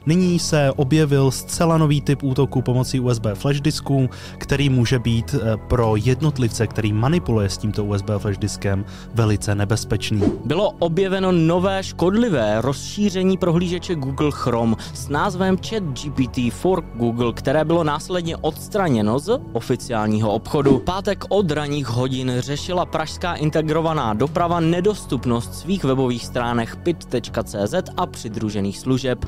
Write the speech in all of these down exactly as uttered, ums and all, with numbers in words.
Nyní se objevil zcela nový typ útoku pomocí U S B flash disků, který může být pro jednotlivce, který manipuluje s tímto U S B flash diskem, velice nebezpečný. Bylo objeveno nové škodlivé rozšíření prohlížeče Google Chrome s názvem ChatGPT for Google, které bylo následně odstraněno z oficiálního obchodu. Pátek od ranních hodin řešila pražská integrovaná doprava nedostupnost svých webových stránek pit tečka cé zet a přidružených služeb.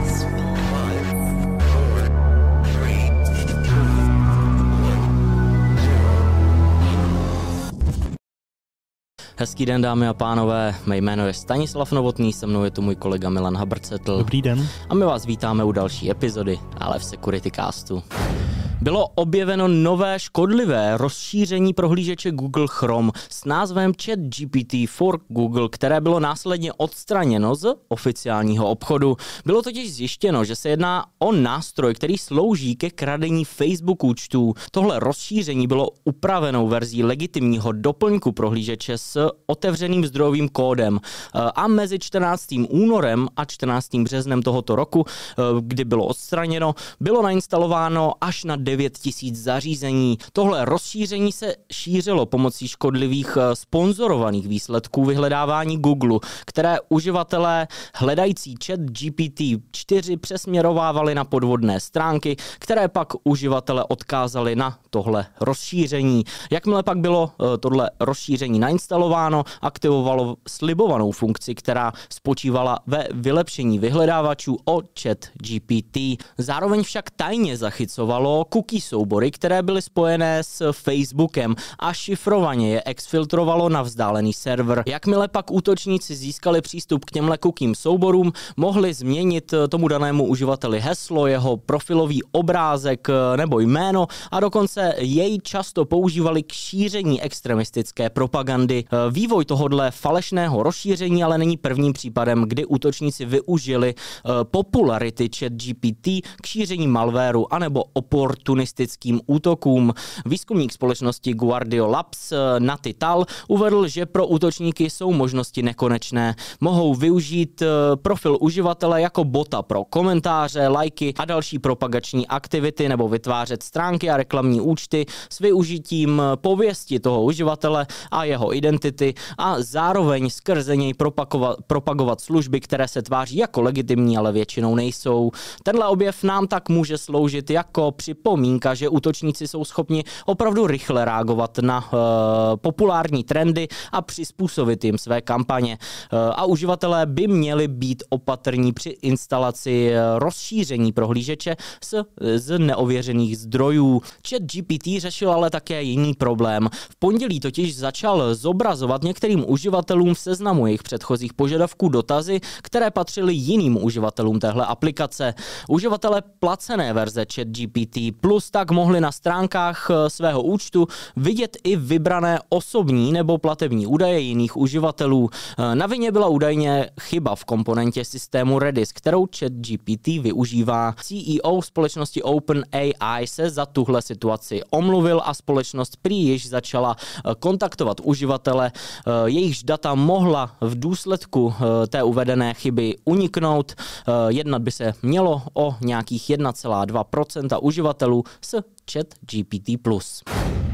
Hezký den, dámy a pánové, mé jméno je Stanislav Novotný, se mnou je tu můj kolega Milan Habrcetl. Dobrý den. A my vás vítáme u další epizody, ale v Security Castu. Bylo objeveno nové škodlivé rozšíření prohlížeče Google Chrome s názvem ChatGPT for Google, které bylo následně odstraněno z oficiálního obchodu. Bylo totiž zjištěno, že se jedná o nástroj, který slouží ke kradení Facebook účtů. Tohle rozšíření bylo upravenou verzí legitimního doplňku prohlížeče s otevřeným zdrojovým kódem. A mezi čtrnáctým únorem a čtrnáctým březnem tohoto roku, kdy bylo odstraněno, bylo nainstalováno až na devět tisíc zařízení. Tohle rozšíření se šířilo pomocí škodlivých sponzorovaných výsledků vyhledávání Google, které uživatelé hledající ChatGPT čtyři přesměrovávali na podvodné stránky, které pak uživatele odkázali na tohle rozšíření. Jakmile pak bylo tohle rozšíření nainstalováno, aktivovalo slibovanou funkci, která spočívala ve vylepšení vyhledávačů o ChatGPT. Zároveň však tajně zachycovalo cookie soubory, které byly spojené s Facebookem a šifrovaně je exfiltrovalo na vzdálený server. Jakmile pak útočníci získali přístup k těmhle cookie souborům, mohli změnit tomu danému uživateli heslo, jeho profilový obrázek nebo jméno a dokonce jej často používali k šíření extremistické propagandy. Vývoj tohodle falešného rozšíření ale není prvním případem, kdy útočníci využili popularity ChatGPT k šíření malwareu anebo oportunistickým útokům. Výzkumník společnosti Guardio Labs Nati Tal uvedl, že pro útočníky jsou možnosti nekonečné. Mohou využít profil uživatele jako bota pro komentáře, lajky a další propagační aktivity nebo vytvářet stránky a reklamní účty s využitím pověsti toho uživatele a jeho identity a zároveň skrze něj propagovat, propagovat služby, které se tváří jako legitimní, ale většinou nejsou. Tenhle objev nám tak může sloužit jako připomínka, že útočníci jsou schopni opravdu rychle reagovat na uh, populární trendy a přizpůsobit jim své kampaně. Uh, a uživatelé by měli být opatrní při instalaci uh, rozšíření prohlížeče z, z neověřených zdrojů. ChatGPT řešil ale také jiný problém. V pondělí totiž začal zobrazovat některým uživatelům v seznamu jejich předchozích požadavků dotazy, které patřily jiným uživatelům téhle aplikace. Uživatelé placené verze ChatGPT Plus tak mohli na stránkách svého účtu vidět i vybrané osobní nebo platební údaje jiných uživatelů. Na vině byla údajně chyba v komponentě systému Redis, kterou ChatGPT využívá. C E O společnosti OpenAI se za tuhle situaci omluvil a společnost prý již začala kontaktovat uživatele, jejichž data mohla v důsledku té uvedené chyby uniknout. Jednat by se mělo o nějakých jedna celá dva procenta uživatelů s ChatGPT plus.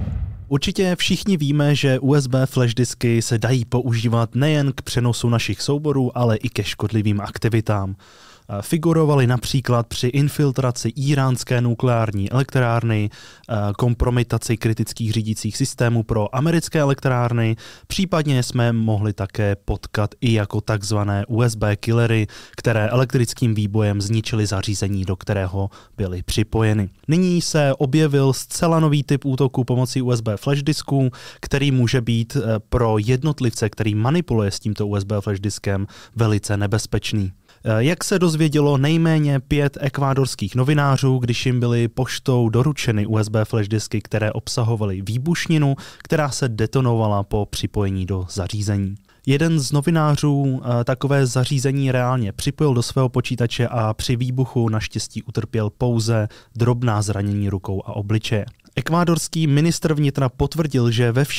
Určitě všichni víme, že U S B flash disky se dají používat nejen k přenosu našich souborů, ale i ke škodlivým aktivitám. Figurovaly například při infiltraci íránské nukleární elektrárny, kompromitaci kritických řídících systémů pro americké elektrárny, případně jsme mohli také potkat i jako takzvané U S B killery, které elektrickým výbojem zničily zařízení, do kterého byly připojeny. Nyní se objevil zcela nový typ útoku pomocí U S B flash disků, který může být pro jednotlivce, který manipuluje s tímto U S B flash diskem, velice nebezpečný. Jak se dozvědělo nejméně pět ekvádorských novinářů, když jim byly poštou doručeny U S B flash disky, které obsahovaly výbušninu, která se detonovala po připojení do zařízení. Jeden z novinářů takové zařízení reálně připojil do svého počítače a při výbuchu naštěstí utrpěl pouze drobná zranění rukou a obličeje. Ekvádorský ministr vnitra potvrdil, že ve všech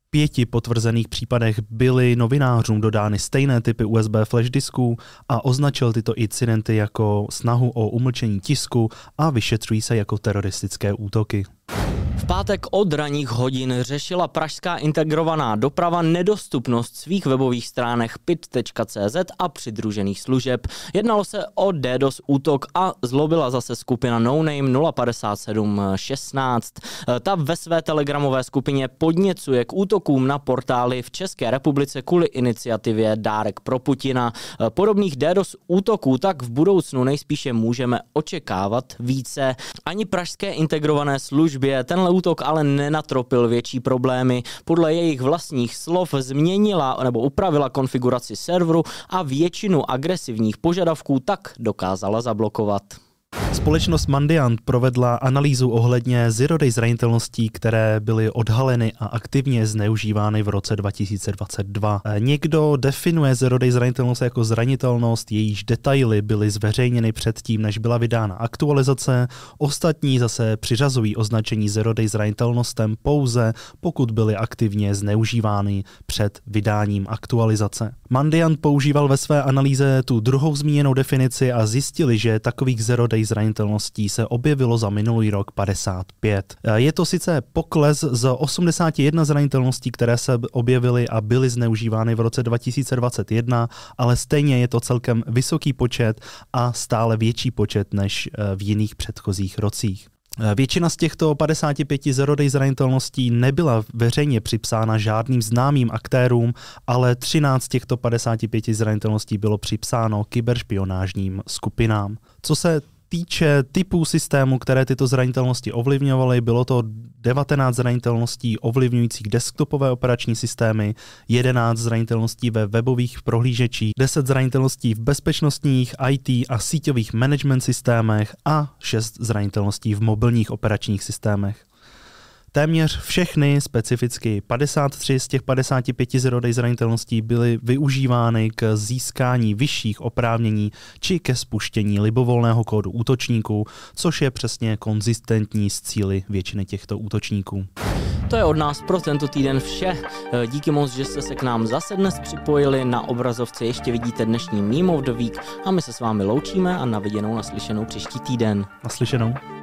pěti potvrzených případech byly novinářům dodány stejné typy U S B flash disků a označil tyto incidenty jako snahu o umlčení tisku a vyšetřují se jako teroristické útoky. V pátek od ranních hodin řešila pražská integrovaná doprava nedostupnost svých webových stránek p i t tečka c z a přidružených služeb. Jednalo se o DDoS útok a zlobila zase skupina No Name nula padesát sedm šestnáct. Ta ve své telegramové skupině podněcuje k útokům na portály v České republice kvůli iniciativě Dárek pro Putina. Podobných DDoS útoků tak v budoucnu nejspíše můžeme očekávat více. Ani pražské integrované službě tenhle útok ale nenatropil větší problémy. Podle jejich vlastních slov změnila nebo upravila konfiguraci serveru a většinu agresivních požadavků tak dokázala zablokovat. Společnost Mandiant provedla analýzu ohledně zero-day zranitelností, které byly odhaleny a aktivně zneužívány v roce dva tisíce dvacet dva. Někdo definuje zero-day zranitelnost jako zranitelnost, jejíž detaily byly zveřejněny předtím, než byla vydána aktualizace. Ostatní zase přiřazují označení zero-day zranitelnostem pouze, pokud byly aktivně zneužívány před vydáním aktualizace. Mandiant používal ve své analýze tu druhou zmíněnou definici a zjistili, že takových zero-day zranitelností se objevilo za minulý rok padesát pět. Je to sice pokles z osmdesát jedna zranitelností, které se objevily a byly zneužívány v roce dva tisíce dvacet jedna, ale stejně je to celkem vysoký počet a stále větší počet než v jiných předchozích rocích. Většina z těchto padesáti pěti zero-day zranitelností nebyla veřejně připsána žádným známým aktérům, ale třináct z těchto padesáti pěti zranitelností bylo připsáno kyberšpionážním skupinám. Co se týče typů systémů, které tyto zranitelnosti ovlivňovaly, bylo to devatenáct zranitelností ovlivňujících desktopové operační systémy, jedenáct zranitelností ve webových prohlížečích, deset zranitelností v bezpečnostních, í té a síťových management systémech a šest zranitelností v mobilních operačních systémech. Téměř všechny, specificky padesát tři z těch padesáti pěti zero-day zranitelností byly využívány k získání vyšších oprávnění či ke spuštění libovolného kódu útočníků, což je přesně konzistentní s cíli většiny těchto útočníků. To je od nás pro tento týden vše. Díky moc, že jste se k nám zase dnes připojili. Na obrazovce ještě vidíte dnešní Meme of the Week a my se s vámi loučíme a na viděnou, naslyšenou příští týden. Naslyšenou.